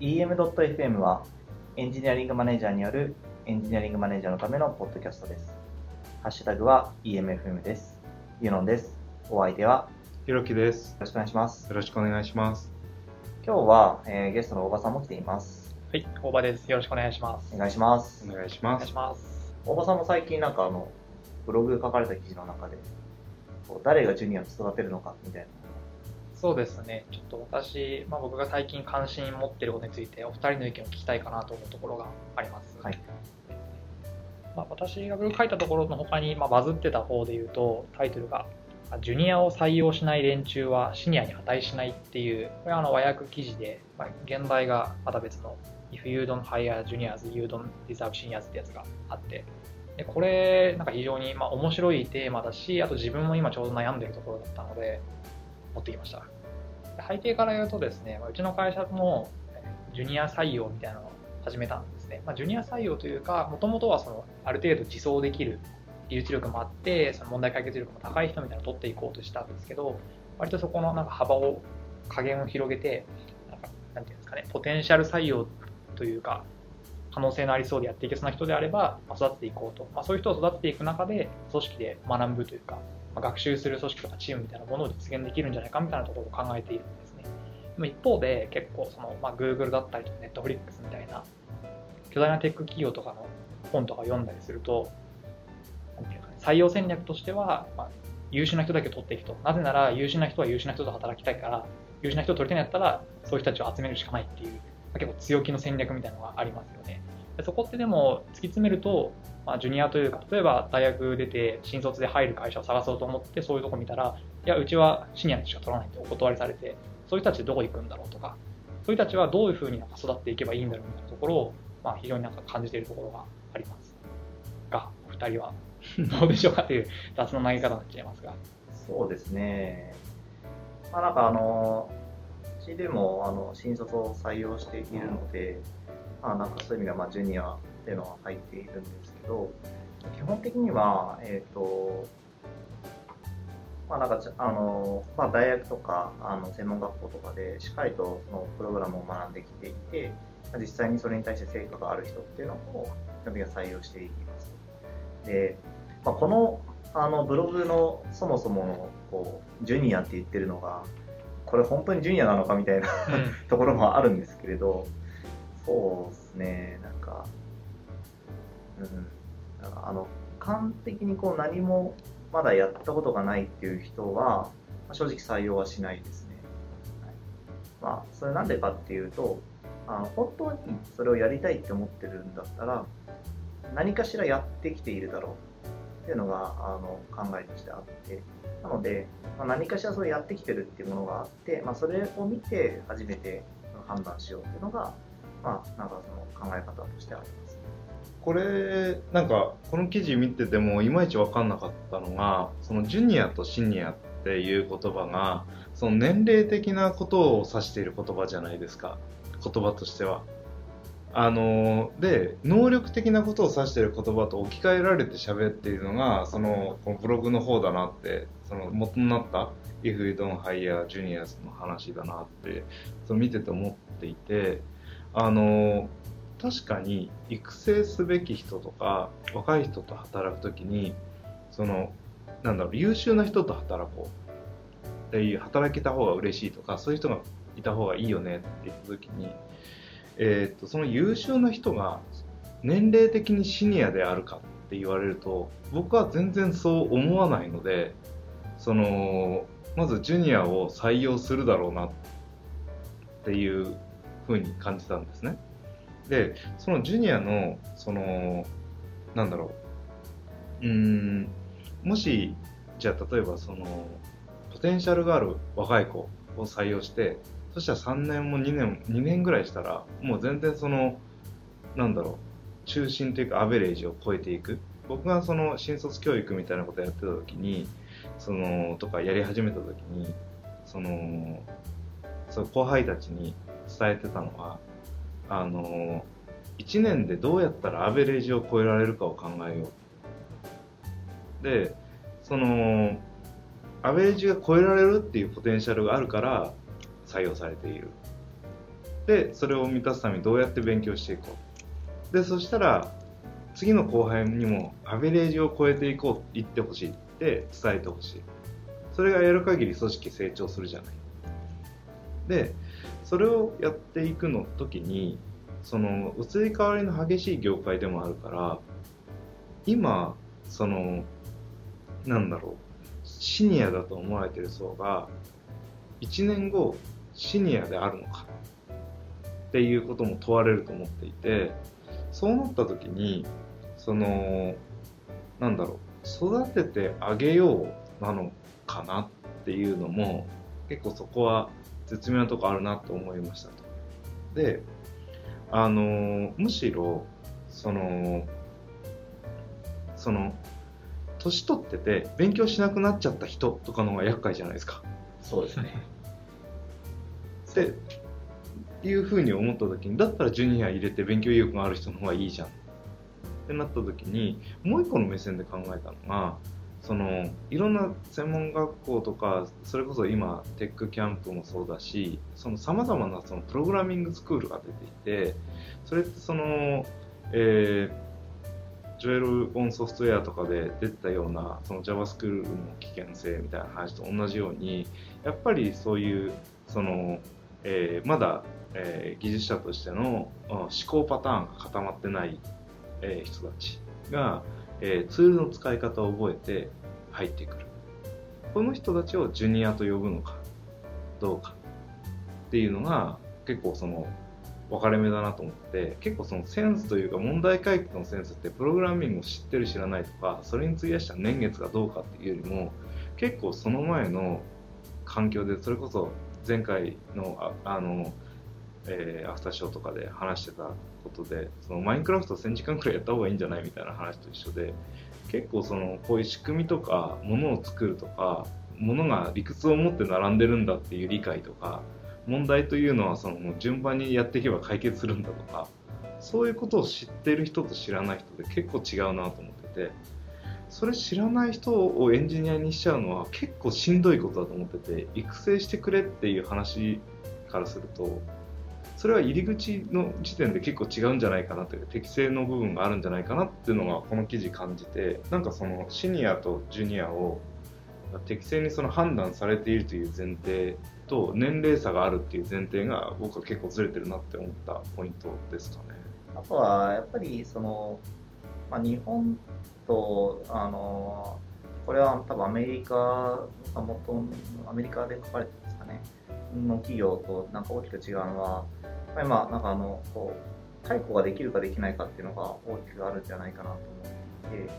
EM.FM はエンジニアリングマネージャーによるエンジニアリングマネージャーのためのポッドキャストです。ハッシュタグは EMFM です。ユノンです。お相手はひろきです。 よろしくお願いします。 よろしくお願いします。 今日は、ゲストの大場さんも来ています。 はい、大場です。よろしくお願いします。 お願いします。 お願いします。 お願いします。 大場さんも最近ブログで書かれた記事の中で誰がジュニアを育てるのかみたいな。 そうですね。ちょっと私、僕が最近関心持っていることについてお二人の意見を聞きたいかなと思うところがあります。 はい。 私がブログ書いたところの他に、バズってた方で言うと、タイトルがジュニアを採用しない連中はシニアに値しないっていう、これは和訳記事で、現代がまた別の If you don't hire juniors, you don't deserve seniors ってやつがあって、でこれ非常に面白いテーマだし、あと自分も今ちょうど悩んでるところだったので持ってきました。背景から言うとですね、うちの会社もジュニア採用みたいなのを始めたんですね。ジュニア採用というか、もともとはある程度自走できる技術力もあって、その問題解決力も高い人みたいなのを取っていこうとしたんですけど、割とそこの加減を広げて、なんていうんですかね、ポテンシャル採用というか、可能性のありそうでやっていけそうな人であれば育てていこうと、そういう人を育てていく中で組織で学ぶというか、学習する組織とかチームみたいなものを実現できるんじゃないかみたいなところを考えているんですね。でも一方で結構Google だったりとか Netflix みたいな巨大なテック企業とかの本とか読んだりすると、なんていうかね、採用戦略としては、優秀な人だけ取っていくと。なぜなら優秀な人は優秀な人と働きたいから、優秀な人を取りたいんだったらそういう人たちを集めるしかないっていう、結構強気の戦略みたいなのがありますよね。でそこってでも突き詰めると、ジュニアというか、例えば大学出て新卒で入る会社を探そうと思ってそういうとこ見たら、いやうちはシニアにしか取らないってお断りされて、そういう人たちでどこ行くんだろうとか、そういう人たちはどういうふうに育っていけばいいんだろうみたいなところを、非常に感じているところがありますが、お二人はどうでしょうかという雑な投げ方になっちゃいますが。 そうですね。うちでも新卒を採用しているので、そういう意味ではジュニアっていうのは入っているんですけど、基本的には大学とか専門学校とかでしっかりとそのプログラムを学んできていて、実際にそれに対して成果がある人っていうのを基本的には採用していきます。で、このブログのそもそものジュニアって言ってるのがこれ本当にジュニアなのかみたいなところもあるんですけれど、そうですね、完璧に何もまだやったことがないっていう人は、正直採用はしないですね。はい、それなんでかっていうと、本当にそれをやりたいって思ってるんだったら、何かしらやってきているだろうっていうのが考えとしてあって、なので、何かしらそれやってきてるっていうものがあって、それを見て初めて判断しようっていうのが、その考え方としてあります。 これこの記事見ててもいまいち分かんなかったのが、そのジュニアとシニアっていう言葉がその年齢的なことを指している言葉じゃないですか、言葉としては。で能力的なことを指している言葉と置き換えられて喋っているのがこのブログの方だなって、その元になった If you don't hire juniors の話だなって見てて思っていて、確かに育成すべき人とか若い人と働くときに優秀な人と働こうっていう、働けた方が嬉しいとか、そういう人がいた方がいいよねって言ったときに、その優秀な人が年齢的にシニアであるかって言われると、僕は全然そう思わないので、まずジュニアを採用するだろうなっていう風に感じたんですね。で、そのジュニアのもしじゃあ例えばポテンシャルがある若い子を採用して、そしたら3年も2年ぐらいしたらもう全然中心というかアベレージを超えていく。僕が新卒教育みたいなことをやってた時にとかやり始めた時に後輩たちに伝えてたのは、1年でどうやったらアベレージを超えられるかを考えよう。でアベレージが超えられるっていうポテンシャルがあるから採用されている。 でそれを満たすためにどうやって勉強していこう。でそしたら次の後輩にもアベレージを超えていこうって言ってほしいって伝えてほしい。それがやる限り組織成長するじゃない。でそれをやっていくの時にその移り変わりの激しい業界でもあるから、今そのなんだろう、シニアだと思われている層が1年後シニアであるのかっていうことも問われると思っていて、そうなった時にそのなんだろう、育ててあげようなのかなっていうのも結構そこは絶妙なとこあるなと思いましたと。でむしろその年取ってて勉強しなくなっちゃった人とかの方が厄介じゃないですか。 そうですね。 っていうふうに思った時に、だったらジュニア入れて勉強意欲がある人の方がいいじゃんってなった時に、もう一個の目線で考えたのが、そのいろんな専門学校とか、それこそ今テックキャンプもそうだし、その様々なそのプログラミングスクールが出ていて、それってその、ジョエル・オン・ソフトウェアとかで出てたようなその Java スクールの危険性みたいな話と同じように、やっぱりそういうその、まだ、技術者としての思考パターンが固まってない、人たちが、ツールの使い方を覚えて入ってくる。この人たちをジュニアと呼ぶのかどうかっていうのが結構その分かれ目だなと思って、結構そのセンスというか問題解決のセンスってプログラミングを知ってる知らないとか、それに費やした年月がどうかっていうよりも、結構その前の環境で、それこそ前回のアフターショーとかで話してたことで、そのマインクラフト1000時間くらいやった方がいいんじゃないみたいな話と一緒で、結構そのこういう仕組みとか物を作るとか、物が理屈を持って並んでるんだっていう理解とか、問題というのはその順番にやっていけば解決するんだとか、そういうことを知ってる人と知らない人で結構違うなと思ってて、それ知らない人をエンジニアにしちゃうのは結構しんどいことだと思ってて、育成してくれっていう話からすると、それは入り口の時点で結構違うんじゃないかなという、適性の部分があるんじゃないかなっていうのがこの記事感じて、なんかそのシニアとジュニアを適正にその判断されているという前提と年齢差があるっていう前提が僕は結構ずれてるなって思ったポイントですかね。 あとはやっぱりその、日本とこれは多分アメリカで書かれてるんですかねの企業となんか大きく違うのは、やっぱりなんかこう解雇ができるかできないかっていうのが大きくあるんじゃないかなと思っていて、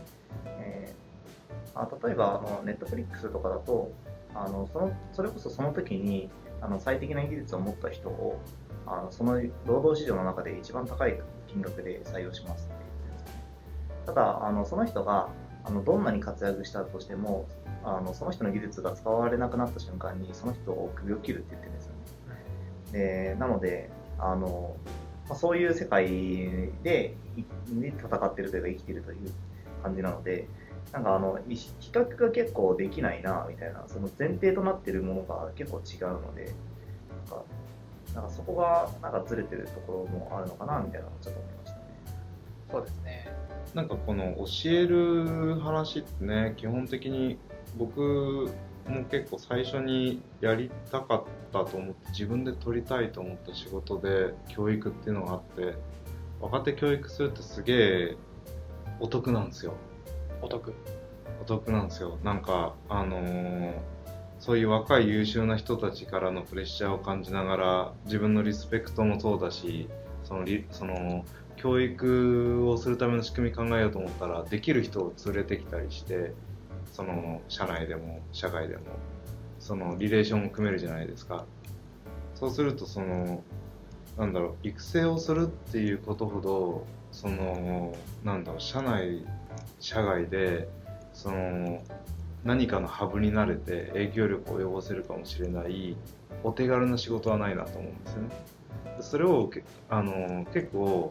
例えばネットフリックスとかだとそれこそその時に最適な技術を持った人をその労働市場の中で一番高い金額で採用しますって言ってるんですね。ただその人がどんなに活躍したとしてもその人の技術が使われなくなった瞬間にその人を首を切るって言ってるんですよね。なのでそういう世界で戦っているというか生きているという感じなので、なんか比較が結構できないなみたいな、その前提となっているものが結構違うので、なんかそこがなんかずれてるところもあるのかなみたいなのをちょっと思いましたね。 そうですね。 なんかこの教える話ってね、基本的に僕も結構最初にやりたかったと思って自分で取りたいと思った仕事で教育っていうのがあって、若手教育するってすげえお得なんですよ。お得なんですよ。なんかそういう若い優秀な人たちからのプレッシャーを感じながら、自分のリスペクトもそうだし、その教育をするための仕組み考えようと思ったらできる人を連れてきたりして、その社内でも社外でもそのリレーションを組めるじゃないですか。そうすると育成をするっていうことほど社内社外で何かのハブになれて影響力を及ぼせるかもしれないお手軽な仕事はないなと思うんですよね。それを結構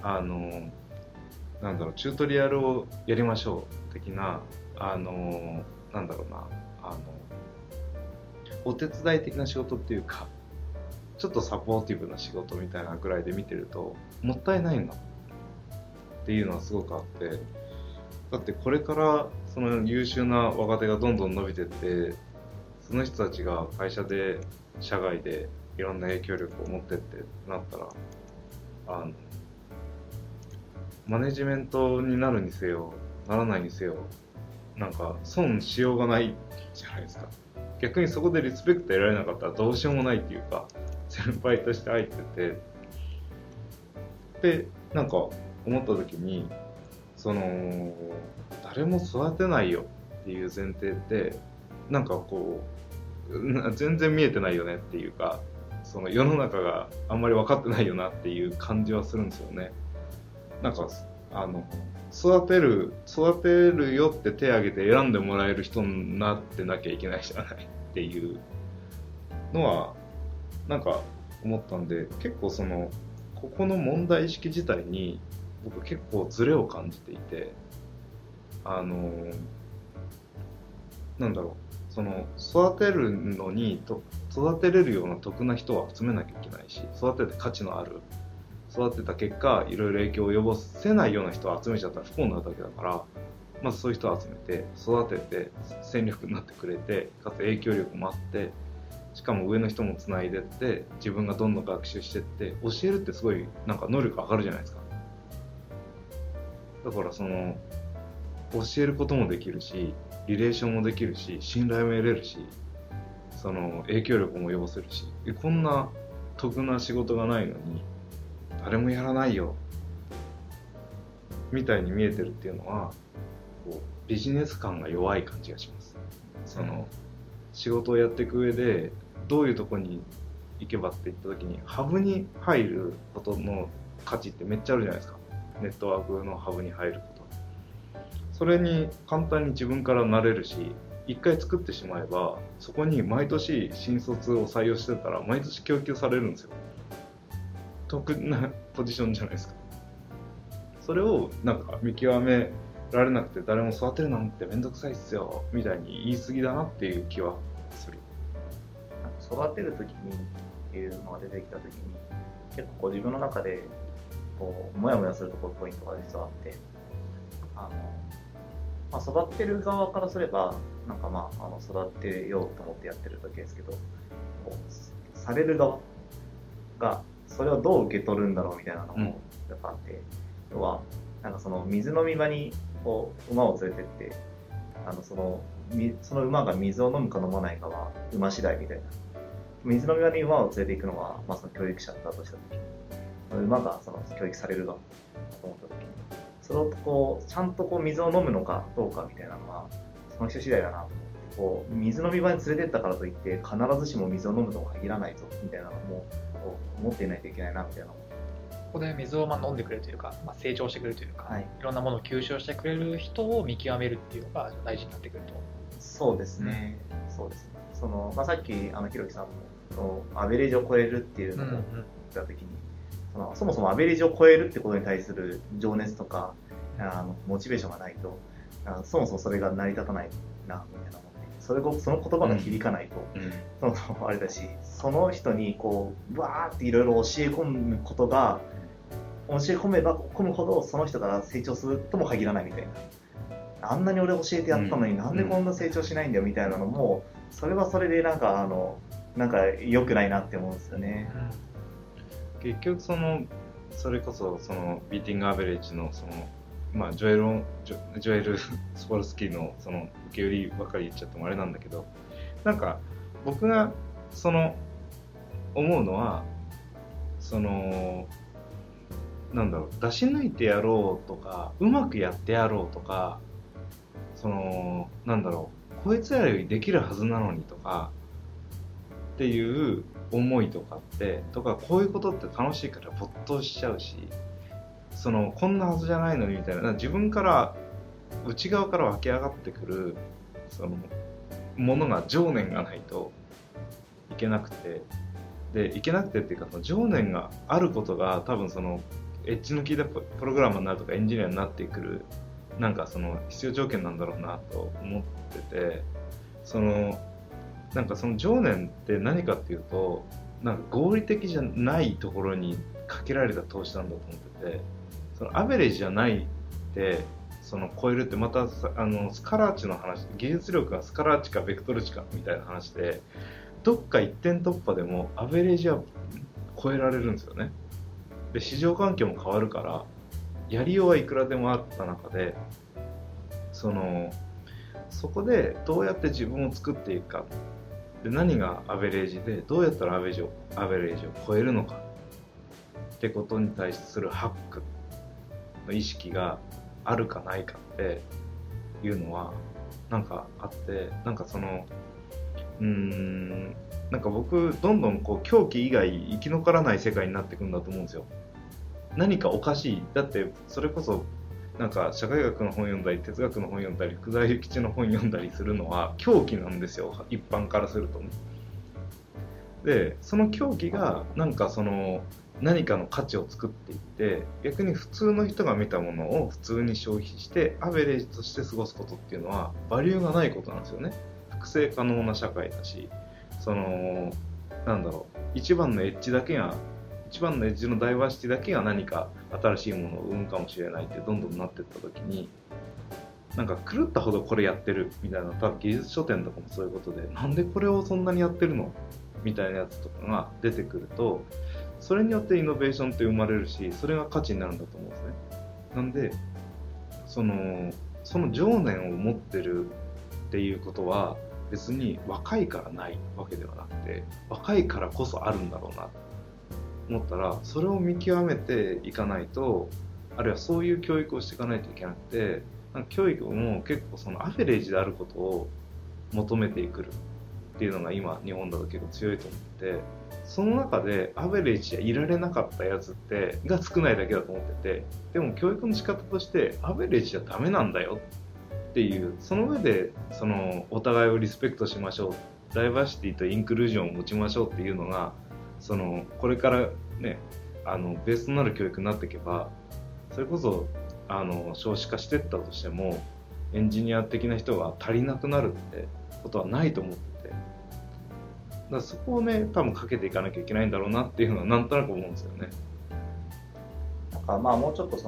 チュートリアルをやりましょう的なお手伝い的な仕事っていうか、 ちょっとサポーティブな仕事みたいなぐらいで見てるともったいないんだっていうのはすごくあって、だってこれからその優秀な若手がどんどん伸びてって、その人たちが会社で社外でいろんな影響力を持ってってなったら、マネジメントになるにせよならないにせよ、なんか損しようがないじゃないですか。逆にそこでリスペクト得られなかったらどうしようもないっていうか、先輩として入っててでなんか思った時に、その誰も育てないよっていう前提ってなんかこう全然見えてないよねっていうか、その世の中があんまり分かってないよなっていう感じはするんですよね。なんか育てるよって手を挙げて選んでもらえる人になってなきゃいけないじゃないっていうのはなんか思ったんで、結構ここの問題意識自体に僕結構ズレを感じていて、なんだろう、その育てるのに育てれるような得な人は集めなきゃいけないし、育てて価値のある、育てた結果いろいろ影響を及ぼせないような人を集めちゃったら不幸になるだけだから、まずそういう人を集めて育てて戦力になってくれて、かつ影響力もあって、しかも上の人もつないでって自分がどんどん学習してって教えるってすごいなんか能力上がるじゃないですか。だからその教えることもできるし、リレーションもできるし、信頼も得れるし、その影響力も及ぼせるし、こんな得な仕事がないのに誰もやらないよみたいに見えてるっていうのは、こうビジネス感が弱い感じがします。その仕事をやっていく上でどういうとこに行けばって言った時に、ハブに入ることの価値ってめっちゃあるじゃないですか。ネットワークのハブに入ること、それに簡単に自分からなれるし、一回作ってしまえばそこに毎年新卒を採用してたら毎年供給されるんですよ。得なポジションじゃないですか。それをなんか見極められなくて、誰も育てるなんてめんどくさいっすよみたいに言い過ぎだなっていう気はする。 育てるときにっていうのが出てきたときに、結構こう自分の中でこうモヤモヤするところポイントが実はあって、育てる側からすればなんか育てようと思ってやってるだけですけど、こうされる側がそれをどう受け取るんだろうみたいなのもやっぱあって、要はなんかその水飲み場にこう馬を連れてってその馬が水を飲むか飲まないかは馬次第みたいな、水飲み場に馬を連れて行くのは、その教育者だとした時に、馬がその教育される側と思った時に、それをこうちゃんとこう水を飲むのかどうかみたいなのはその人次第だなと思って、こう水飲み場に連れてったからといって必ずしも水を飲むとは限らないぞみたいなのもこう思っていないといけないなみたいな。 ここで水を飲んでくれるというか、成長してくれるというか、いろんなものを吸収してくれる人を見極めるっていうのが大事になってくると。 そうですね、そうですね。さっきひろきさんもアベレージを超えるっていうのを言った時に、そもそもアベレージを超えるってことに対する情熱とかモチベーションがないと、そもそもそれが成り立たないなみたいな思って、その言葉が響かないと、あれだし、その人にこうわーっていろいろ教え込むことが、教え込めば込むほどその人が成長するとも限らないみたいな。あんなに俺教えてやったのになんでこんな成長しないんだよみたいなのも、それはそれでなんか良くないなって思うんですよね。 結局それこそビーティングアベレージのジョエル・スポルスキーの受け売りばかり言っちゃってもあれなんだけど、なんか僕が思うのはなんだろう、出し抜いてやろうとかうまくやってやろうとか、なんだろう、こいつらよりできるはずなのにとかっていう思いとかこういうことって楽しいから没頭しちゃうし、こんなはずじゃないのにみたいな、自分から内側から湧き上がってくるものが、情念がないといけなくて、いけなくてっていうか、情念があることが多分エッジの効いたプログラマーになるとかエンジニアになってくるなんか必要条件なんだろうなと思ってて、なんか情念って何かっていうと、 なんか合理的じゃないところにかけられた投資なんだと思ってて、そのアベレージじゃないってその超えるってまたスカラー値の話、技術力がスカラー値かベクトル値かみたいな話で、どっか一点突破でもアベレージは超えられるんですよね。で市場環境も変わるからやりようはいくらでもあった中で、そこでどうやって自分を作っていくかで、何がアベレージでどうやったらアベレージを超えるのかってことに対するハックの意識があるかないかっていうのはなんかあって、なんかなんか僕どんどんこう狂気以外生き残らない世界になっていくんだと思うんですよ。何かおかしい。だってそれこそなんか社会学の本読んだり哲学の本読んだり福沢諭吉の本読んだりするのは狂気なんですよ、一般からすると。でその狂気がなんか何かの価値を作っていって、逆に普通の人が見たものを普通に消費してアベレージとして過ごすことっていうのはバリューがないことなんですよね。複製可能な社会だし、なんだろう、一番のエッジのダイバーシティだけが何か新しいものを生むかもしれないってどんどんなっていった時に、なんか狂ったほどこれやってるみたいな、多分技術書店とかもそういうことで、なんでこれをそんなにやってるのみたいなやつとかが出てくると、それによってイノベーションって生まれるし、それが価値になるんだと思うんですね。なんでその情念を持ってるっていうことは別に若いからないわけではなくて、若いからこそあるんだろうなと思ったら、それを見極めていかないと、あるいはそういう教育をしていかないといけなくて、なんか教育も結構そのアベレージであることを求めてくるっていうのが今日本だと結構強いと思ってて、その中でアベレージじゃいられなかったやつってが少ないだけだと思ってて、でも教育の仕方としてアベレージじゃダメなんだよっていう、その上でお互いをリスペクトしましょう、ダイバーシティとインクルージョンを持ちましょうっていうのがこれからねベースとなる教育になっていけば、それこそ少子化していったとしてもエンジニア的な人が足りなくなるってことはないと思ってて、だからそこをね多分かけていかなきゃいけないんだろうなっていうのはなんとなく思うんですよね。 なんかまあもうちょっと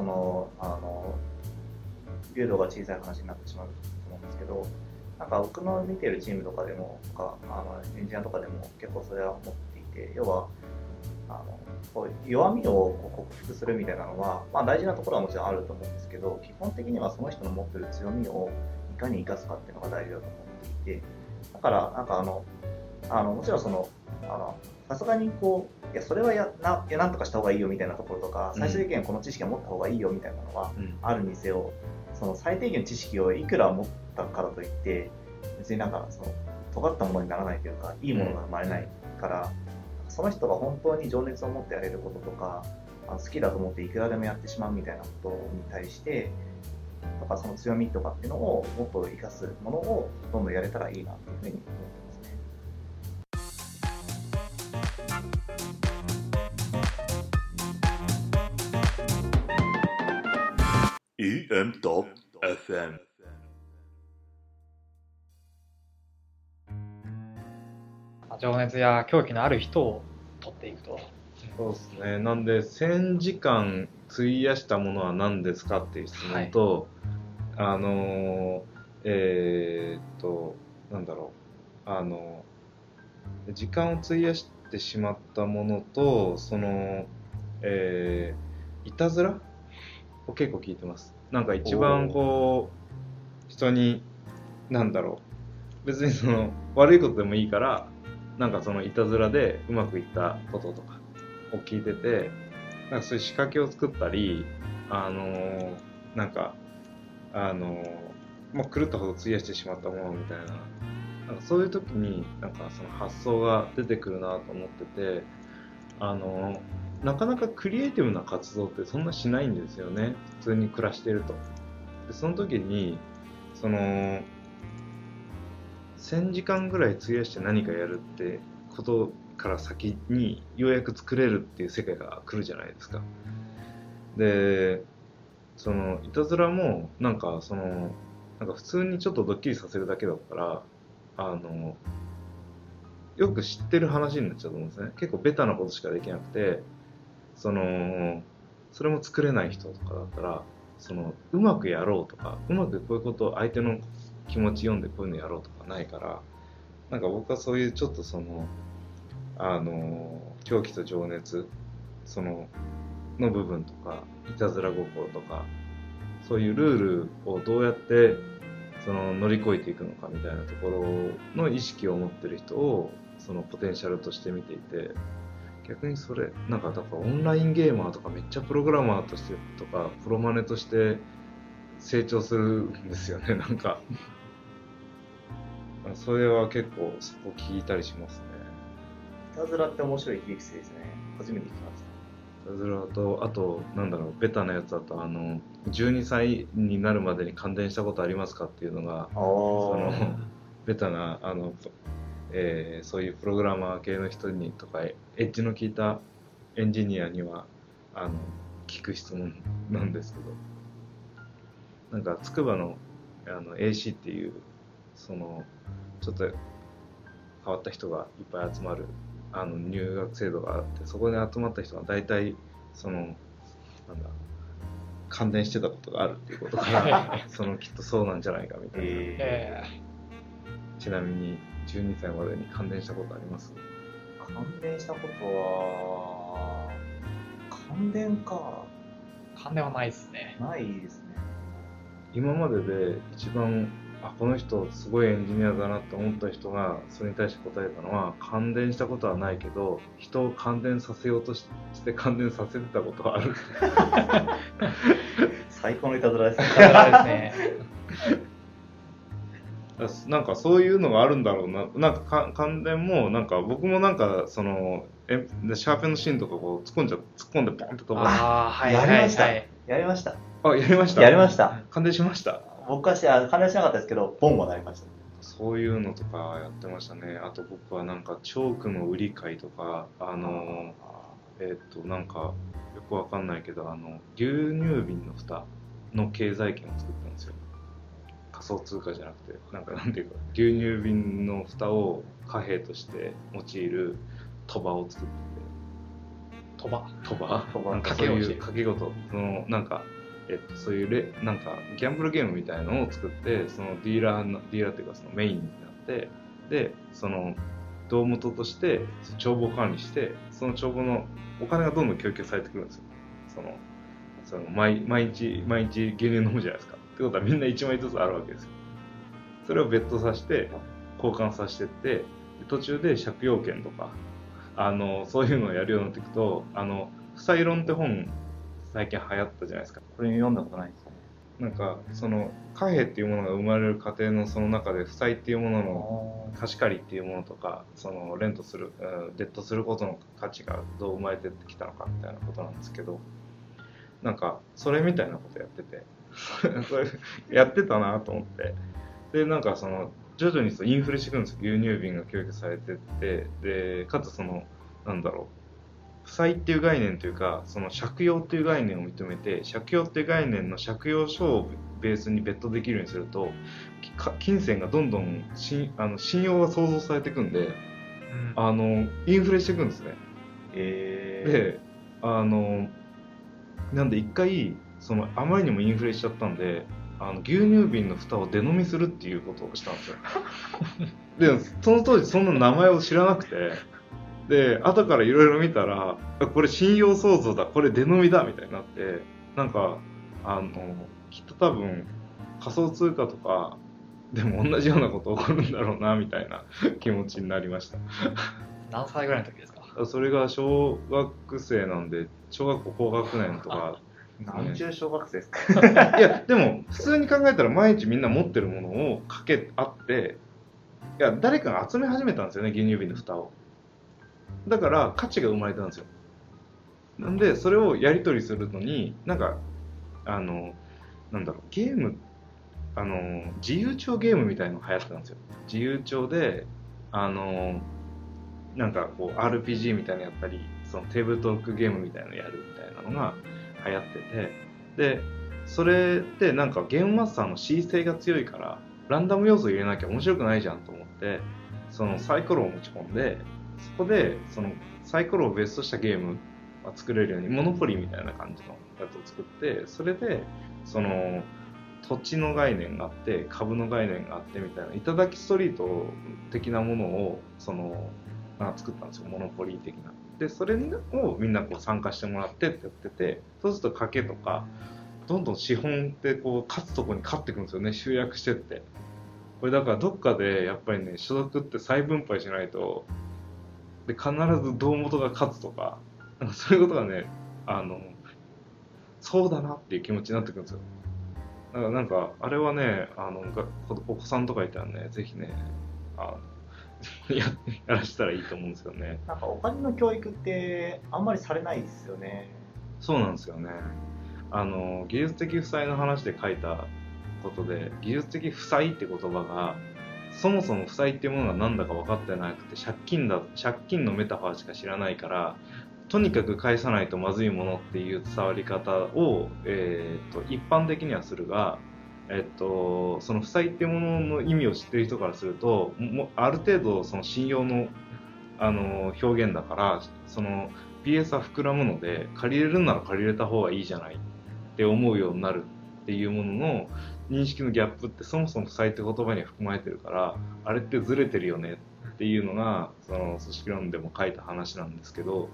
流度が小さい話になってしまうと思うんですけど、なんか僕の見てるチームとかでもエンジニアとかでも結構それは思っていて、要はこう弱みを克服するみたいなのは、まあ、大事なところはもちろんあると思うんですけど、基本的にはその人の持ってる強みをいかに生かすかっていうのが大事だと思っていて、だからなんかもちろんさすがにいやそれはなんとかした方がいいよみたいなところとか、最終的にはこの知識は持った方がいいよみたいなのはあるにせよ、その最低限の知識をいくら持ったからといって別になんか尖ったものにならないというか、いいものが生まれないから、その人が本当に情熱を持ってやれることとか好きだと思っていくらでもやってしまうみたいなことに対して、とかその強みとかっていうのをもっと生かすものをどんどんやれたらいいなっていうふうに思ってますね。 EM.FM。 情熱や狂気のある人を取っていくと。 そうですね。なんで1000時間費やしたものは何ですかっていう質問と、はい、なんだろう、時間を費やしてしまったものといたずらを結構聞いてます。なんか一番人に別に悪いことでもいいからなんかいたずらでうまくいったこととかを聞いてて、なんかそういう仕掛けを作ったり狂ったほど費やしてしまったものみたいな、なんかそういう時になんか発想が出てくるなと思ってて、なかなかクリエイティブな活動ってそんなしないんですよね、普通に暮らしてると。でその時に1000時間ぐらい費やして何かやるってことから先にようやく作れるっていう世界が来るじゃないですか。でいたずらもなんか普通にちょっとドッキリさせるだけだったらよく知ってる話になっちゃうと思うんですね。結構ベタなことしかできなくて、それも作れない人とかだったら、うまくやろうとか、うまくこういうことを相手の気持ち読んでこういうのやろうとかないから、なんか僕はそういうちょっと狂気と情熱の部分とか、いたずら心とか、そういうルールをどうやって乗り越えていくのかみたいなところの意識を持ってる人をポテンシャルとして見ていて、逆にそれなんかだからオンラインゲーマーとかめっちゃプログラマーとしてとかプロマネとして成長するんですよね。なんかそれは結構そこ聞いたりしますね。 いたずらって面白い響きですね。初めて聞きました。 いたずらと、あとベタなやつだと12歳になるまでに感電したことありますかっていうのがベタなそういうプログラマー系の人にとかエッジの効いたエンジニアには聞く質問なんですけど、なんか筑波のAC っていうちょっと変わった人がいっぱい集まる入学制度があって、そこで集まった人が大体感電してたことがあるっていうことがきっとそうなんじゃないかみたいな。ちなみに12歳までに感電したことあります？ 感電したことは感電はないですね。 ないですね。 今までで一番この人すごいエンジニアだなって思った人がそれに対して答えたのは、感電したことはないけど人を感電させようとして感電させてたことはある。 最高のいたずらですね。 いたずらですね。 なんかそういうのがあるんだろうな。なんか感電もなんか僕もなんかシャーペンの芯とかこう突っ込んでポンって飛ばす。 やりました。やりました。 やりました。 やりました。 感電しました。 僕は感電しなかったですけど、ボンはなりました。 そういうのとかやってましたね。あと僕はなんかチョークの売り買いとか、なんかよくわかんないけど牛乳瓶の蓋の経済圏を作ったんですよ。仮想通貨じゃなくて、なんていうか牛乳瓶の蓋を貨幣として用いる賭場を作ってて。賭場なんかそういう賭け事そういうなんかギャンブルゲームみたいのを作って、ディーラーっていうかメインになって、で胴元として帳簿を管理して、その帳簿のお金がどんどん供給されてくるんですよ。毎日牛乳飲むじゃないですか。ってことはみんな1枚ずつあるわけですよ。それをベットさせて交換させてって、途中で借用権とかそういうのをやるようになっていくと、負債論って本最近流行ったじゃないですか。 これ読んだことないですね。 なんか貨幣っていうものが生まれる過程のその中で負債っていうものの貸し借りっていうものとか、レントするデッドすることの価値がどう生まれてきたのかみたいなことなんですけど、なんかそれみたいなことやっててそれやってたなと思って、でなんか徐々にインフレしてくるんですよ。牛乳瓶が供給されてって、でかつ負債っていう概念というか、借用っていう概念を認めて、借用っていう概念の借用書をベースにベットできるようにすると、金銭がどんどん信用が創造されていくんで、インフレしていくんですね。でなんで一回あまりにもインフレしちゃったんで、牛乳瓶の蓋を出飲みするっていうことをしたんですよ。でその当時そんな名前を知らなくて、で後からいろいろ見たら、これ信用創造だ、これ出飲みだみたいになって、なんかきっと多分仮想通貨とかでも同じようなこと起こるんだろうなみたいな気持ちになりました。 何歳ぐらいの時ですか？ それが小学生なんで、小学校高学年とか。 何中小学生ですか？ いやでも普通に考えたら毎日みんな持ってるものをかけあって、いや誰かが集め始めたんですよね、牛乳瓶の蓋を。だから価値が生まれたんですよ。なんでそれをやり取りするのに、なんかゲーム自由帳ゲームみたいなのが流行ったんですよ。自由帳でなんかこう RPG みたいなのやったり、テーブルトークゲームみたいなのやるみたいなのが流行ってて、でそれってなんかゲームマスターの恣意性が強いからランダム要素入れなきゃ面白くないじゃんと思って、 そのサイコロを持ち込んで、そこでそのサイコロをベースとしたゲームが作れるようにモノポリみたいな感じのやつを作って、それでその土地の概念があって株の概念があってみたいな頂きストリート的なものをそのなんか作ったんですよ、モノポリー的な。でそれをみんなこう参加してもらってってやってて、そうすると賭けとかどんどん資本ってこう勝つとこに勝っていくんですよね、集約してって。これだからどっかでやっぱりね、所得って再分配しないと、で必ず胴元が勝つとか、なんかそういうことがね、そうだなっていう気持ちになってくるんですよ。だからなんかあれはね、お子さんとかいたらね、ぜひねやらしたらいいと思うんですよね。 なんかお金の教育ってあんまりされないですよね。 そうなんですよね。技術的負債の話で書いたことで、技術的負債って言葉がそもそも負債っていうものが何だか分かってなくて、借金のメタファーしか知らないから、とにかく返さないとまずいものっていう伝わり方を、一般的にはするが、その負債っていうものの意味を知っている人からすると、ある程度その信用の、表現だから、その PS は膨らむので、借りれるなら借りれた方がいいじゃないって思うようになるっていうものの認識のギャップって、そもそも負債って言葉には含まれてるから、あれってずれてるよねっていうのがその組織論でも書いた話なんですけど、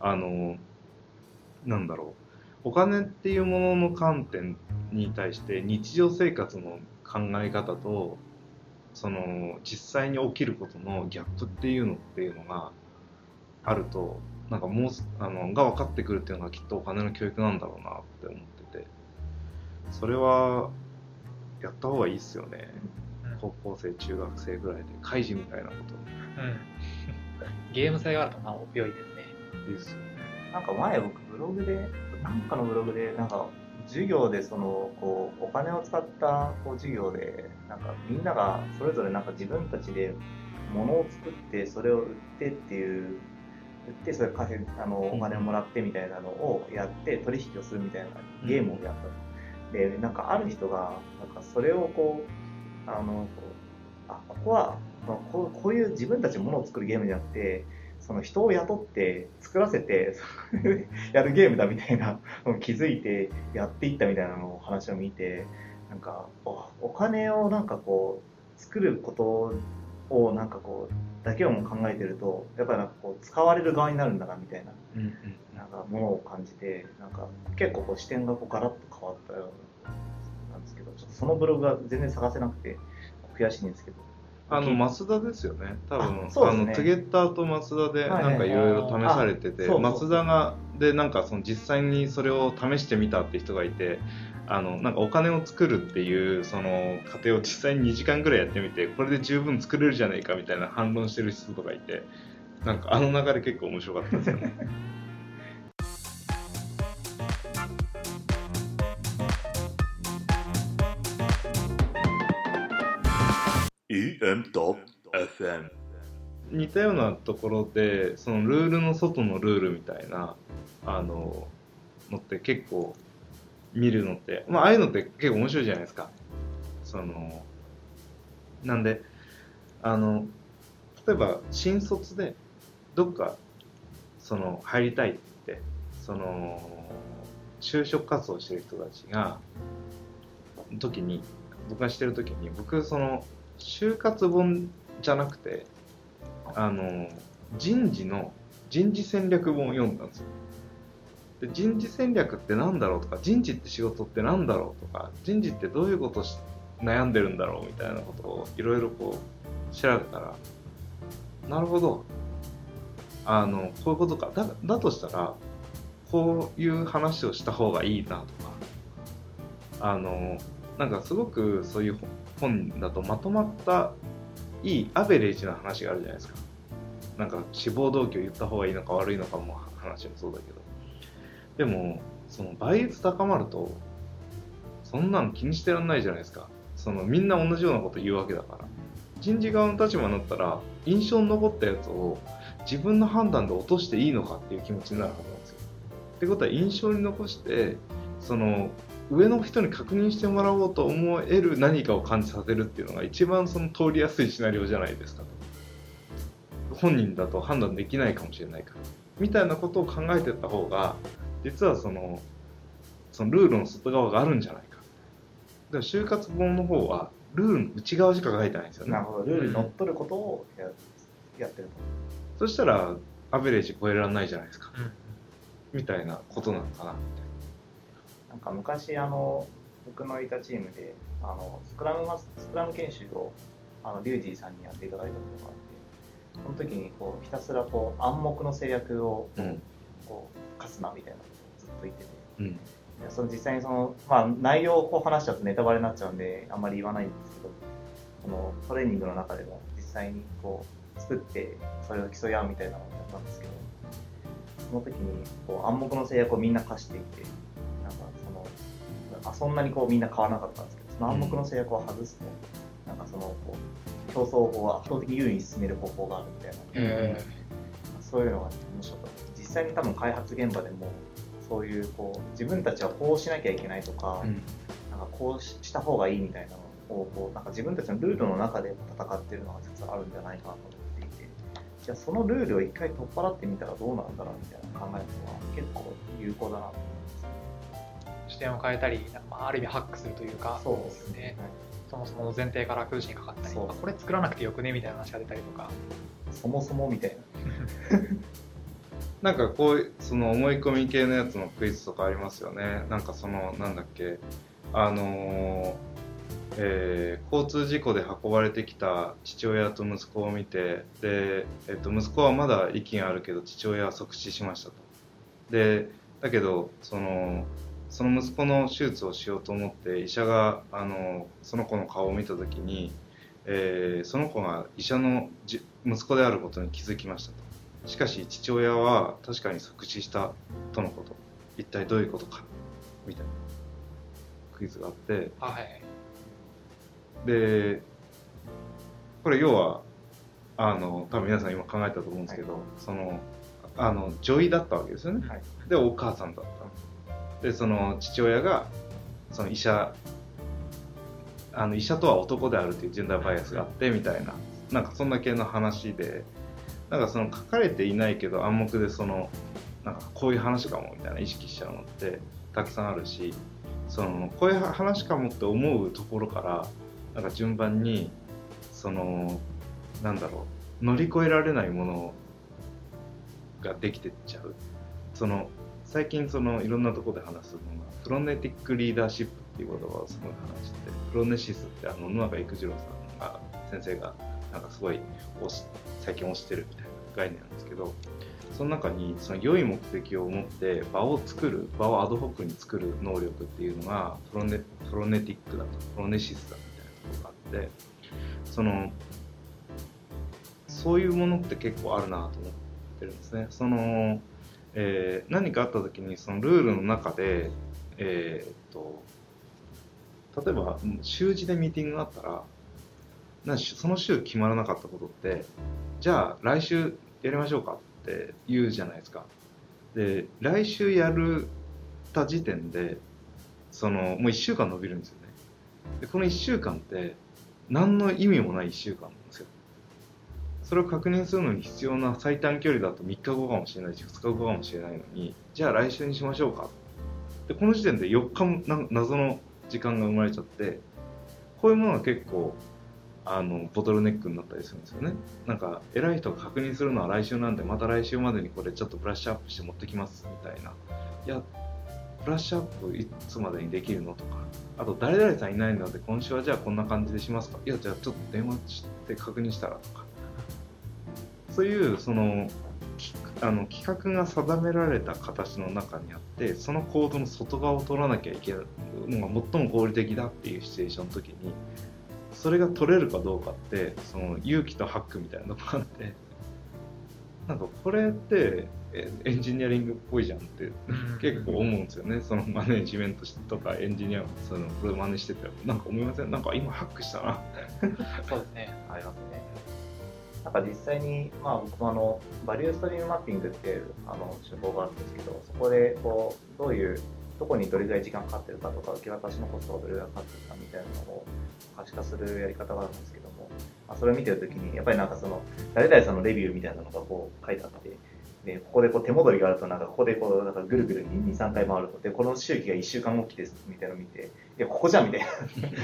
なんだろう、お金っていうものの観点に対して日常生活の考え方とその実際に起きることのギャップっていうのがあると、なんかもうが分かってくるっていうのがきっとお金の教育なんだろうなって思ってて、それはやった方がいいっすよね。高校生中学生ぐらいで開示みたいなこと、 ゲーム性があると良いですね。 いいっすよね。 なんか前僕なんかのブログでなんか授業でそのこうお金を使ったこう授業でなんかみんながそれぞれなんか自分たちで物を作ってそれを売ってそれお金をもらってみたいなのをやって取引をするみたいなゲームをやった。でなんかある人がなんかそれをここはこういう自分たちで物を作るゲームじゃなくて、その人を雇って作らせてやるゲームだみたいなのを気づいてやっていったみたいなのを話を見て、なんかお金をなんかこう作ることをなんかこうだけを考えてると、やっぱりなんかこう使われる側になるんだなみたいな、なんかものを感じて、なんか結構こう視点がこうガラッと変わったようなんですけど、ちょっとそのブログが全然探せなくて悔しいんですけど。 マツダですよね、多分。 そうですね、 トゥゲッターとマツダでなんかいろいろ試されてて、マツダでなんかその実際にそれを試してみたって人がいて、なんかお金を作るっていうその過程を実際に2時間ぐらいやってみて、これで十分作れるじゃないかみたいな反論してる人とかいて、なんか流れ結構面白かったですよね。 EM.FM 似たようなところで、そのルールの外のルールみたいなのって結構見るのって、ああいうのって結構面白いじゃないですか。なんで例えば新卒でどっか入りたいって言って就職活動してる人たちが僕がしてる時に、僕就活本じゃなくて人事戦略本を読んだんですよ。で人事戦略ってなんだろうとか、人事って仕事ってなんだろうとか、人事ってどういうことを悩んでるんだろうみたいなことをいろいろこう調べたら、なるほど、こういうことか、だとしたらこういう話をした方がいいなとか、なんかすごくそういう本だとまとまったいいアベレージな話があるじゃないですか。なんか志望動機を言った方がいいのか悪いのかも話もそうだけど、でもその倍率高まるとそんなの気にしてらんないじゃないですか。みんな同じようなこと言うわけだから、人事側の立場になったら印象に残ったやつを自分の判断で落としていいのかっていう気持ちになるはずなんですよ。ってことは印象に残して上の人に確認してもらおうと思える何かを感じさせるっていうのが一番通りやすいシナリオじゃないですかと。 本人だと判断できないかもしれないからみたいなことを考えていった方が実はそのルールの外側があるんじゃないか。だから就活本の方はルールの内側しか書いてないんですよね。 なるほど、ルールにのっとることをやってるそしたらアベレージ超えられないじゃないですか、 うんみたいなことなのかなみなんか昔僕のいたチームでスクラム研修をリュウジーさんにやっていただいたことがあって、その時にこうひたすらこう暗黙の制約をこう課すなみたいなことをずっと言ってて、 たいな。 その実際に内容をこう話しちゃうとネタバレになっちゃうんであんまり言わないんですけど、このトレーニングの中でも実際にこう作ってそれを競い合うみたいなのをやったんですけど、その時にこう暗黙の制約をみんな課していて、なんかそんなにこうみんな変わらなかったんですけど、その暗黙の制約を外すと、なんかこう競争を圧倒的に優位に進める方法があるみたいな、そういうのが面白かった。実際に多分開発現場でもそういう自分たちはこうしなきゃいけないとか、なんかこうした方がいいみたいなのをなんか自分たちのルールの中で戦ってるのが実はあるんじゃないかなと思っていて、じゃあそのルールを一回取っ払ってみたらどうなんだろうみたいな考えるのは結構有効だなと思います。 視点を変えたり、ある意味ハックするというか、 そうですね。 そもそもの前提から崩しにかかったり、これ作らなくてよくねみたいな話が出たりとか、 そもそもみたいな。 なんかこうその思い込み系のやつのクイズとかありますよね。なんかなんだっけ、交通事故で運ばれてきた父親と息子を見て、で、息子はまだ息があるけど父親は即死しましたと。でだけどその息子の手術をしようと思って医者がその子の顔を見た時に、その子が医者の息子であることに気づきましたと。しかし父親は確かに即死したとのこと。一体どういうことかみたいなクイズがあって、 はい、 でこれ要は多分皆さん今考えたと思うんですけど、はい、女医だったわけですよね、はい、でお母さんだったで、その父親がその医者とは男であるというジェンダーバイアスがあってみたいな、なんかそんな系の話で、なんか書かれていないけど暗黙でなんかこういう話かもみたいな意識しちゃうのってたくさんあるし、こういう話かもって思うところからなんか順番になんだろう、乗り越えられないものができてっちゃう。最近いろんなところで話すのがフロネティックリーダーシップっていう言葉をすごい話してて、フロネシスって野中育次郎さんが先生がなんかすごい最近推してるみたいな概念なんですけど、その中に良い目的を持って場をアドホックに作る能力っていうのがフロネティックだと、フロネシスだみたいなところがあって、そういうものって結構あるなと思ってるんですね。何かあった時にルールの中で、例えば週次でミーティングがあったら、その週決まらなかったことって、じゃあ来週やりましょうかって言うじゃないですか。で来週やった時点でもう1週間伸びるんですよね。でこの1週間って何の意味もない1週間なんですよ。それを確認するのに必要な最短距離だと3日後かもしれないし2日後かもしれないのに、じゃあ来週にしましょうか。でこの時点で4日も謎の時間が生まれちゃって、こういうものが結構ボトルネックになったりするんですよね。なんか偉い人が確認するのは来週なんで、また来週までにこれちょっとブラッシュアップして持ってきますみたいな。いやブラッシュアップいつまでにできるのとか、あと誰々さんいないので今週はじゃあこんな感じでしますか、いやじゃあちょっと電話して確認したらとか、そういう企画が定められた形の中にあって、そのコードの外側を取らなきゃいけないのが最も合理的だっていうシチュエーションの時に、それが取れるかどうかって勇気とハックみたいなのがあって、なんかこれってエンジニアリングっぽいじゃんって結構思うんですよね。マネジメントとかエンジニアこれ真似しててなんか思いません？なんか今ハックしたなそうですね、 ありますね。なんか実際に、僕もバリューストリームマッピングっていう手法があるんですけど、そこでどこにどれぐらい時間かかってるかとか、受け渡しのコストがどれぐらいかかってるかみたいなのを可視化するやり方があるんですけども、 それを見てるときに、やっぱりなんかその、誰々さんのレビューみたいなのがこう書いてあって、で、ここでこう手戻りがあると、なんかここでこう、なんかぐるぐる2、3回回ると、で、この周期が1週間おきです、みたいなのを見て、いや、ここじゃんみたいな。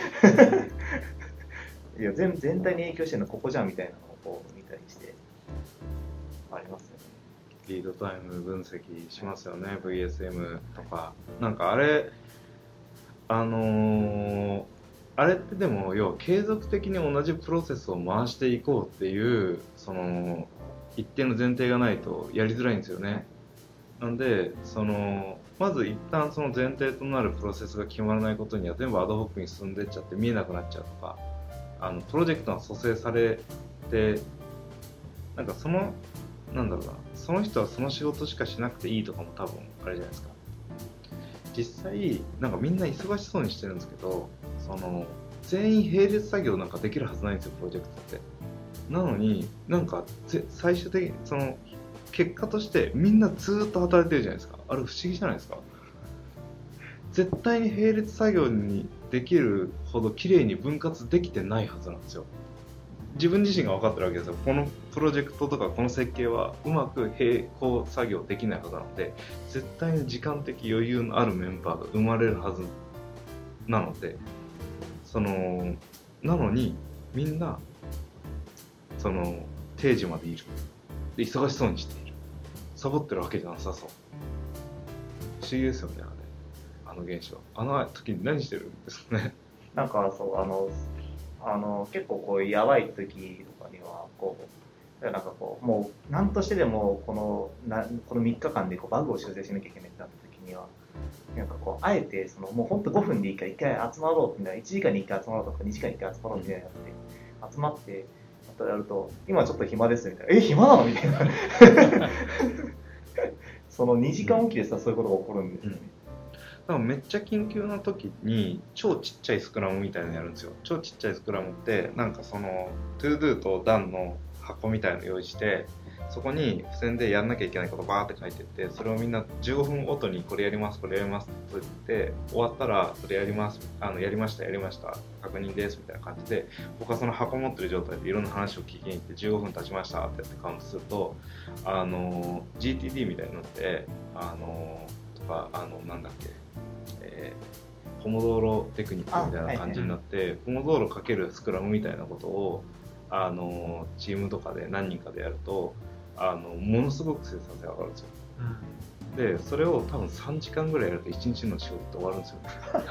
いや、全体に影響してるのはここじゃんみたいなのをこう見たりして、ありますよね。 リードタイム分析しますよね、VSM とか。なんかあれ、あれってでも要は継続的に同じプロセスを回していこうっていうその一定の前提がないとやりづらいんですよね。なんでまず一旦その前提となるプロセスが決まらないことには全部アドホックに進んでっちゃって見えなくなっちゃうとか、プロジェクトが蘇生されて、なんかなんだろうな、その人はその仕事しかしなくていいとかも多分あれじゃないですか。実際なんかみんな忙しそうにしてるんですけど、全員並列作業なんかできるはずないんですよ、プロジェクトって。なのになんか最終的に結果としてみんなずっと働いてるじゃないですか。あれ不思議じゃないですか。絶対に並列作業にできるほど綺麗に分割できてないはずなんですよ。自分自身が分かってるわけですよ。このプロジェクトとかこの設計はうまく並行作業できないはずなので、絶対に時間的余裕のあるメンバーが生まれるはずなので、なのにみんな定時までいる。で忙しそうにしている。サボってるわけじゃなさそう。不思議ですよね、あの現象。あの時に何してるんですかね。 なんかそう結構こうやばい時とかにはこうなんかこうもう何としてでもこの3日間でこうバグを修正しなきゃいけないってなった時にはなんかこうあえてもう本当5分でいいから1回集まろうみたいな、1時間に1回集まろうとか2時間に1回集まろうみたいなやって集まってまたやると今ちょっと暇ですみたいな、暇なのみたいなその2時間おきでさ、そういうことが起こるんですよね。 だからめっちゃ緊急な時に超ちっちゃいスクラムみたいなのやるんですよ。超ちっちゃいスクラムってなんかToDo と Done の箱みたいなの用意して、そこに付箋でやんなきゃいけないことバーって書いてって、それをみんな15分ごとにこれやりますこれやりますって言って終わったらそれやりますやりました確認ですみたいな感じで、僕はその箱持ってる状態でいろんな話を聞きに行って15分経ちましたってやってカウントするとGTD みたいになってとかなんだっけポモドーロテクニックみたいな感じになって、ポモドーロかけるスクラムみたいなことをチームとかで何人かでやるとものすごく生産性が上がるんですよ、でそれを多分3時間ぐらいやると1日の仕事って終わるんですよ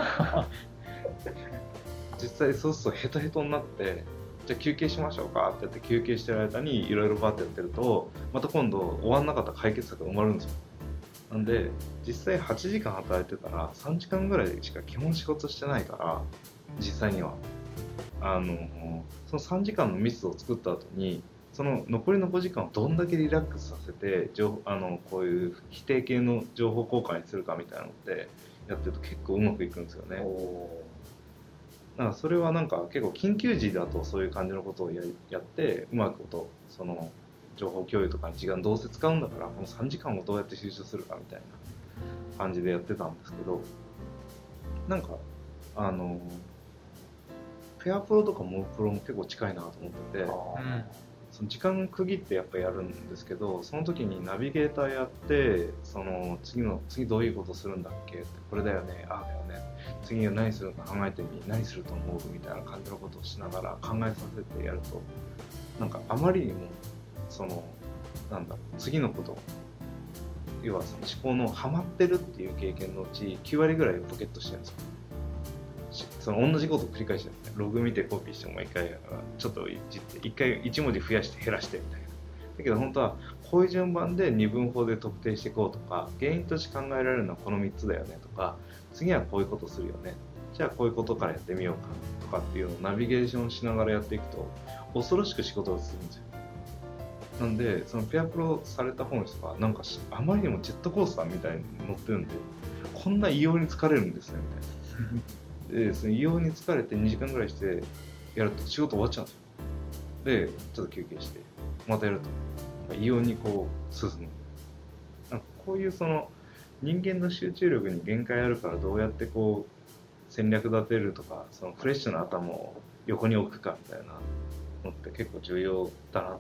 実際そうするとヘトヘトになって、じゃあ休憩しましょうかってやって休憩してる間にいろいろバーってやってると、また今度終わんなかった解決策が生まれるんですよ。なんで実際8時間働いてたら3時間ぐらいしか基本仕事してないから、実際にはその3時間のミスを作った後にその残りの5時間をどんだけリラックスさせてこういう否定系の情報交換にするかみたいなのってやってると結構うまくいくんですよね。だからそれはなんか結構緊急時だとそういう感じのことをやってうまくその情報共有とかに時間どうせ使うんだからこの3時間をどうやって収集するかみたいな感じでやってたんですけど、なんかペアプロとかモブプロも結構近いなと思ってて、その時間区切ってやっぱやるんですけど、その時にナビゲーターやって次どういうことするんだっけって、これだよね、ああだよね、次は何するか考えてみ、何すると思うみたいな感じのことをしながら考えさせてやると、なんかあまりにも次のこと要はその思考のハマってるっていう経験のうち9割ぐらいをポケットしてるんですよ。その同じことを繰り返してるんですね。ログ見てコピーしても一回ちょっといじって一回1文字増やして減らしてみたいな。だけど本当はこういう順番で二分法で特定していこうとか、原因として考えられるのはこの3つだよねとか、次はこういうことするよね、じゃあこういうことからやってみようかとかっていうのをナビゲーションしながらやっていくと恐ろしく仕事が進むんですよ。なんでそのペアプロされた方の人がなんかあまりにもジェットコースターみたいに乗ってるんで、こんな異様に疲れるんですねみたいなでその異様に疲れて2時間ぐらいしてやると仕事終わっちゃうんですよ。でちょっと休憩してまたやると異様にこう進む。なんかこういうその人間の集中力に限界あるからどうやってこう戦略立てるとか、そのフレッシュな頭を横に置くかみたいなのって結構重要だなって。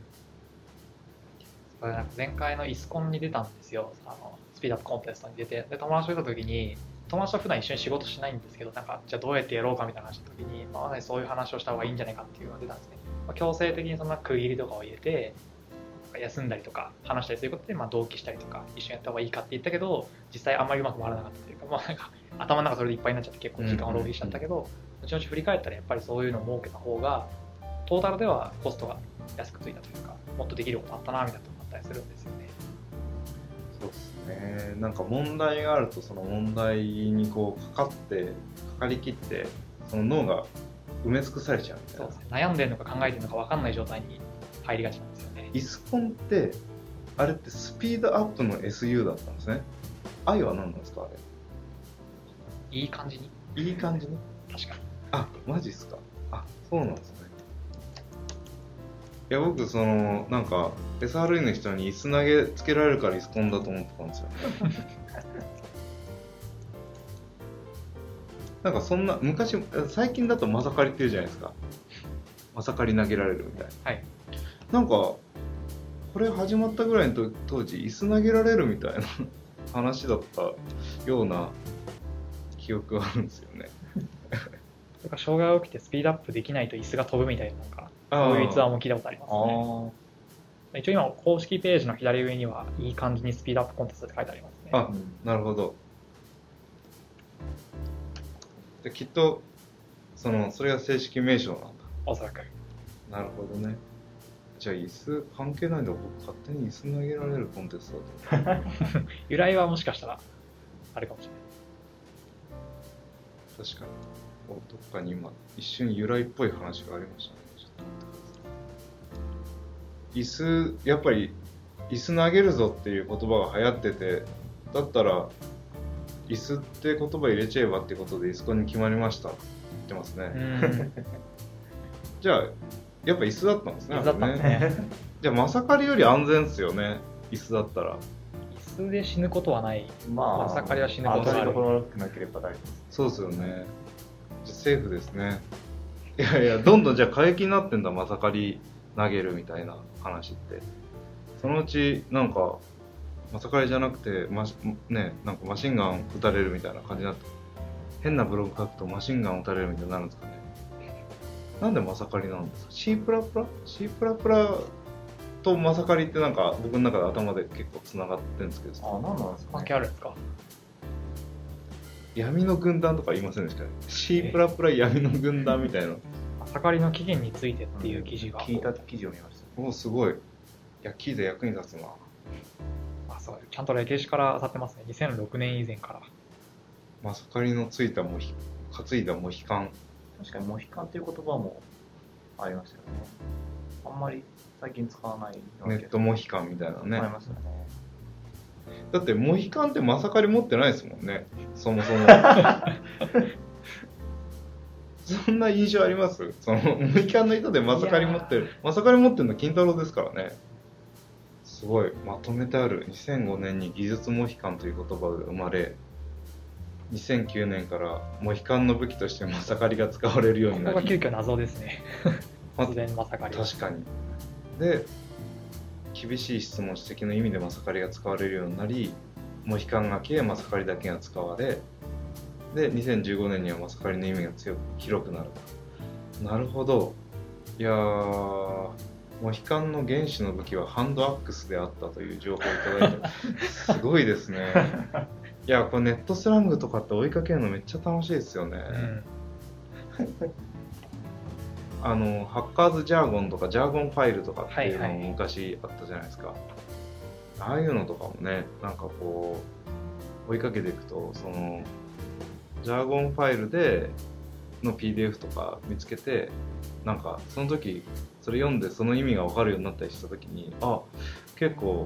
それなんか前回のイスコンに出たんですよ。スピードアップコンテストに出て、で友達といた時に、友達と普段一緒に仕事しないんですけど、なんかじゃあどうやってやろうかみたいな話した時に、まあ、そういう話をした方がいいんじゃないかっていうのが出たんですね。まあ、強制的にそんな区切りとかを入れて、休んだりとか話したりすることで、まあ、同期したりとか一緒にやった方がいいかって言ったけど、実際あんまりうまく回らなかったというか、まあ、なんか頭の中それでいっぱいになっちゃって結構時間を浪費しちゃったけど、後々振り返ったらやっぱりそういうのを設けた方がトータルではコストが安くついたというか、もっとできることあったなみたいなのがあったりするんですよね。 そうですね。なんか問題があるとその問題にこうかかりきってその脳が埋め尽くされちゃうみたいな。 そうですね。悩んでるのか考えてるのか分かんない状態に入りがちなんですよね。 イスコンってあれってスピードアップの SU だったんですね。愛は何なんですかあれ。 いい感じに。 いい感じに。 確かに。 あ、マジっすか。あ、そうなんですね。いや僕そのなんか SRE の人に椅子投げつけられるからイスコンだと思ってたんですよね。なんかそんな昔最近だとマサカリって言うじゃないですか。マサカリ投げられるみたいな。 はい。 なんかこれ始まったぐらいの当時椅子投げられるみたいな話だったような記憶があるんですよね。 それから障害が起きてスピードアップできないと椅子が飛ぶみたいな、なんかそういう逸話も聞いたことありますね。一応今公式ページの左上にはいい感じにスピードアップコンテストって書いてありますね。 あ、なるほど。できっとそれが正式名称なんだ。 おそらく。 なるほどね。じゃあ椅子関係ないんだ。僕勝手に椅子投げられるコンテストだと。 由来はもしかしたらあるかもしれない。 確かに。どっかに今一瞬由来っぽい話がありましたね。ちょっと待ってください。椅子やっぱり椅子投げるぞっていう言葉が流行ってて、だったら椅子って言葉入れちゃえばってことでイスコンに決まりましたって言ってますね。じゃあやっぱ椅子だったんですね。 椅子だったんですね。 じゃあマサカリより安全ですよね。椅子だったら。 椅子で死ぬことはない。 まあマサカリは死ぬことがある。 当たりどころなければ大丈夫です。 そうですよね。じゃあセーフですね。いやいや、どんどんじゃあ過激になってんだ、マサカリ投げるみたいな話って。そのうちなんかマサカリじゃなくてなんかマシンガン撃たれるみたいな感じになって、変なブログ書くとマシンガン撃たれるみたいになるんですかね。なんでマサカリなんですか。シープラプラとマサカリってなんか僕の中で頭で結構つながってるんですけど。 あ、なんなんですか、ね、 関係あるんですか。 闇の軍団とか言いませんでしたね。シープラプラ闇の軍団みたいな。 マサカリの起源についてっていう記事が、 聞いた記事を見ました。 おお、すごい。いや、記事で役に立つな。 あ、そう、ちゃんと歴史から当たってますね。2006年以前から。 マサカリの担いだモヒカン。 確かにモヒカンっていう言葉もありましたよね。あんまり最近使わないネットモヒカンみたいなね。 ありますよね。 だってモヒカンってマサカリ持ってないですもんね。そもそも。そんな印象あります？そのモヒカンの人でマサカリ持ってるの金太郎ですからね。すごいまとめてある。2005年に技術モヒカンという言葉が生まれ、2009年からモヒカンの武器としてマサカリが使われるようになり、 ここが急遽謎ですね。突然マサカリ。 確かに。で、厳しい質問指摘の意味でマサカリが使われるようになり、モヒカンが消えマサカリだけが使われ、で2015年にはマサカリの意味が広くなる。なるほど。いやー、モヒカンの原始の武器はハンドアックスであったという情報をいただいてすごいですね。いや、これネットスラングとかって追いかけるのめっちゃ楽しいですよね。ハッカーズジャーゴンとかジャーゴンファイルとかっていうのも昔あったじゃないですか。ああいうのとかもね、なんかこう追いかけていくと、そのジャーゴンファイルでの PDF とか見つけて、なんかその時それ読んでその意味が分かるようになったりした時に、あ、結構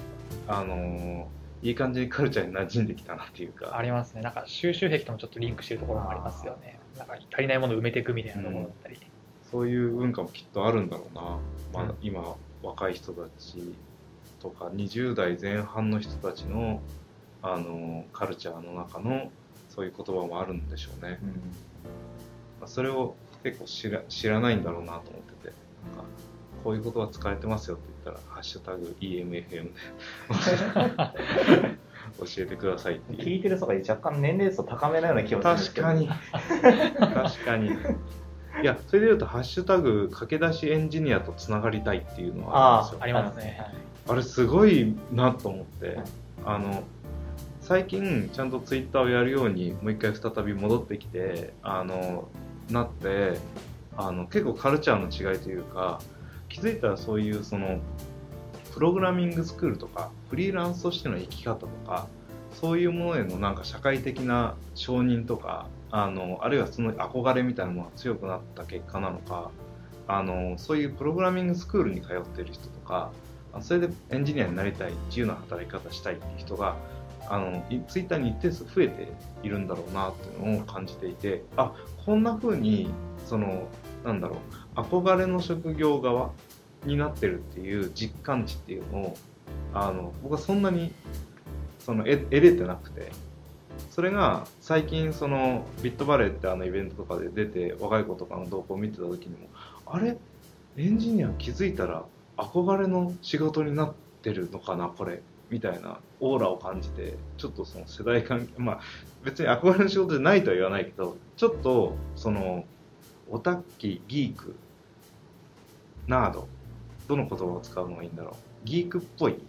いい感じにカルチャーに馴染んできたなっていうか。 ありますね。なんか収集癖ともちょっとリンクしてるところもありますよね。なんか足りないものを埋めていくみたいなところだったり、 そういう文化もきっとあるんだろうな。まあ、今若い人たちとか20代前半の人たちのカルチャーの中のそういう言葉もあるんでしょうね。それを結構知らないんだろうなと思ってて、なんかこういうことは使えてますよって言ったらハッシュタグ EMFM で教えてくださいっていう。 聞いてる人が若干年齢層高めなような気がするんですけど。 確かにいや、それでいうとハッシュタグ駆け出しエンジニアとつながりたいっていうのはあるんですよ。 ありますね。 あれすごいなと思って、最近ちゃんとツイッターをやるようにもう一回再び戻ってきてなって結構カルチャーの違いというか、気づいたらそういうそのプログラミングスクールとかフリーランスとしての生き方とか、そういうものへのなんか社会的な承認とかあるいはその憧れみたいなものが強くなった結果なのか、そういうプログラミングスクールに通っている人とか、それでエンジニアになりたい、自由な働き方したいっていう人がツイッターに一定数増えているんだろうなっていうのを感じていて、こんな風にその憧れの職業側になってるっていう実感値っていうのを僕はそんなに得れてなくて、それが最近そのビットバレーってイベントとかで出て若い子とかの動向を見てた時にも、あれエンジニア気づいたら憧れの仕事になってるのかなこれみたいなオーラを感じて、ちょっとその世代関係、別に憧れの仕事じゃないとは言わないけど、ちょっとそのオタッキー、ギーク、ナード、どの言葉を使うのがいいんだろう、ギークっぽい、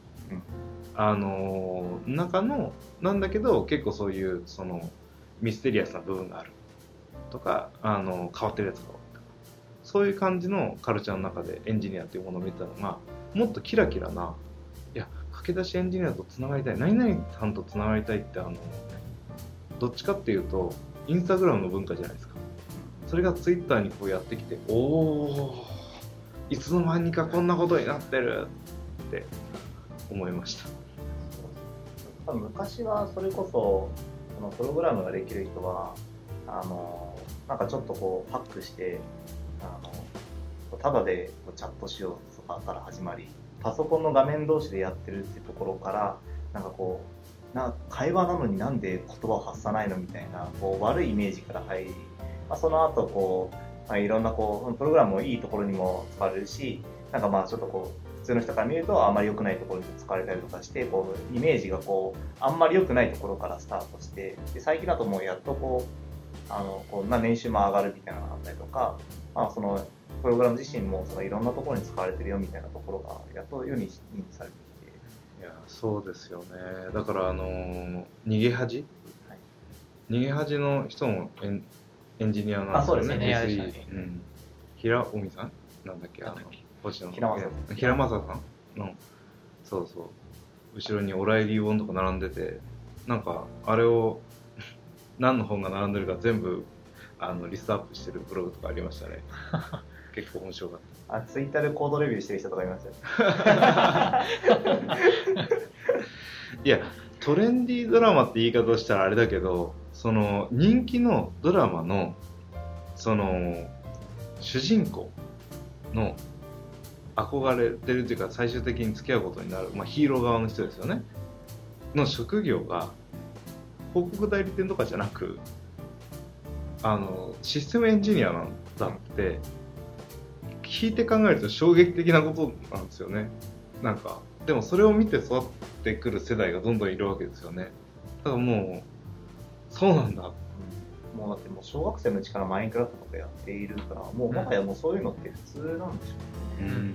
中のなんだけど結構そういうそのミステリアスな部分があるとか変わってるやつが多いとか、そういう感じのカルチャーの中でエンジニアというものを見てたのが、もっとキラキラな、いや駆け出しエンジニアとつながりたい、何々さんとつながりたいってどっちかっていうとインスタグラムの文化じゃないですか。それがツイッターにこうやってきて、いつの間にかこんなことになってるって思いました。 昔はそれこそのプログラムができる人はなんかちょっとこうハックしてただでチャットしようとかから始まり、パソコンの画面同士でやってるっていうところから、なんかこう会話なのになんで言葉を発さないのみたいなこう悪いイメージから入り、その後こう、いろんなこうプログラムもいいところにも使われるし、なんかちょっとこう普通の人から見るとあんまり良くないところに使われたりとかして、こうイメージがこうあんまり良くないところからスタートして、で最近だともうやっとこう年収も上がるみたいなのがあったりとか、そのプログラム自身もそのいろんなところに使われてるよみたいなところがやっと世に認知されてきて、 いやそうですよね。だから逃げ恥、逃げ恥の人もエンジニアなんですよね。 そうですね。 平尾美さんなんだっけ、平正さんの、そうそう、後ろにオライリー・ウォンとか並んでて、なんかあれを何の本が並んでるか全部リストアップしてるブログとかありましたね。結構面白かった。 ツイッターでコードレビューしてる人とかいましたよ。 いや、トレンディードラマって言い方をしたらあれだけど、その人気のドラマのその主人公の憧れてるというか最終的に付き合うことになる、ヒーロー側の人ですよねの職業が広告代理店とかじゃなくシステムエンジニアなんだって聞いて考えると衝撃的なことなんですよね。なんかでもそれを見て育ってくる世代がどんどんいるわけですよね。だからもうそうなんだ、 もうだってもう小学生のうちからマインクラフトとかやっているから、もうもはやもうそういうのって普通なんでしょうね。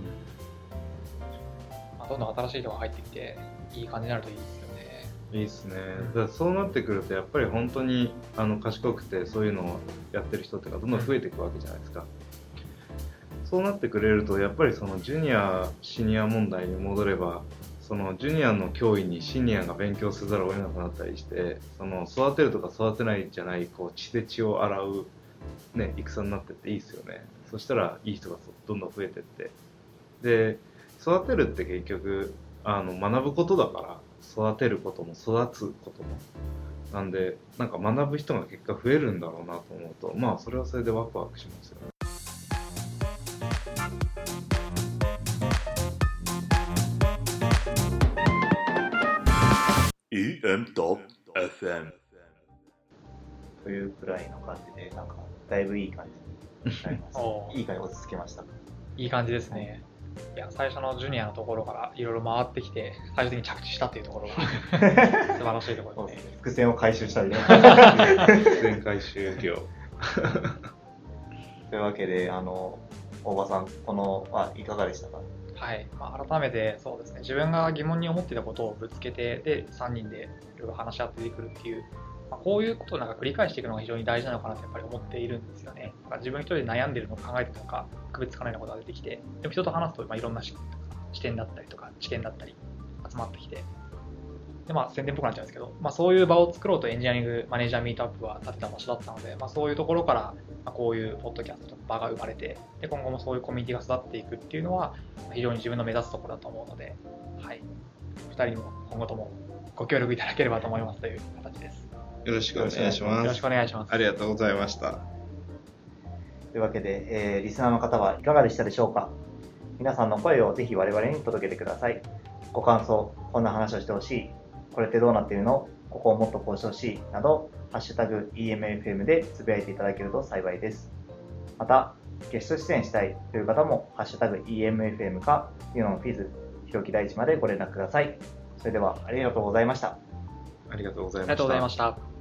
どんどん新しい人が入ってきていい感じになるといいですよね。 いいですね。だからそうなってくるとやっぱり本当に賢くてそういうのをやってる人っていうかどんどん増えていくわけじゃないですか。そうなってくれるとやっぱりそのジュニアシニア問題に戻れば、そのジュニアの脅威にシニアが勉強せざるを得なくなったりして、その育てるとか育てないじゃないこう血で血を洗う、ね、戦になってっていいですよね。そしたらいい人がどんどん増えてって、で育てるって結局学ぶことだから育てることも育つこともなんで、なんか学ぶ人が結果増えるんだろうなと思うと、それはそれでワクワクしますよね。 というくらいの感じで、なんかだいぶいい感じにいいかに落ち着けました。 いい感じですね。いや、最初のジュニアのところからいろいろ回ってきて、最終的に着地したっていうところが素晴らしいところですね。 伏線を回収したりね。 伏線回収業。 というわけで、大場さん、いかがでしたか？ はい、改めてそうですね、自分が疑問に思っていたことをぶつけて、で、3人でいろいろ話し合って出てくるっていう、こういうことをなんか繰り返していくのが非常に大事なのかなとやっぱり思っているんですよね。自分一人で悩んでるのを考えてるのか、区別つかないようなことが出てきて、でも人と話すといろんな視点だったりとか、知見だったり集まってきて、で宣伝っぽくなっちゃうんですけど、そういう場を作ろうとエンジニアリングマネージャーミートアップは立てた場所だったので、そういうところから、こういうポッドキャストとか場が生まれて、で今後もそういうコミュニティが育っていくっていうのは非常に自分の目指すところだと思うので、はい、2人にも今後ともご協力いただければと思いますという形です。 よろしくお願いします。 よろしくお願いします。 ありがとうございました。 というわけで、リスナーの方はいかがでしたでしょうか？皆さんの声をぜひ我々に届けてください。ご感想、こんな話をしてほしい、これってどうなっているの？ここをもっとこうしてほしいなど、ハッシュタグ EMFM でつぶやいていただけると幸いです。また、ゲスト出演したいという方も、ハッシュタグ EMFM か、ユノのフィズ、ひろき大地までご連絡ください。それでは、ありがとうございました。 ありがとうございました。 ありがとうございました。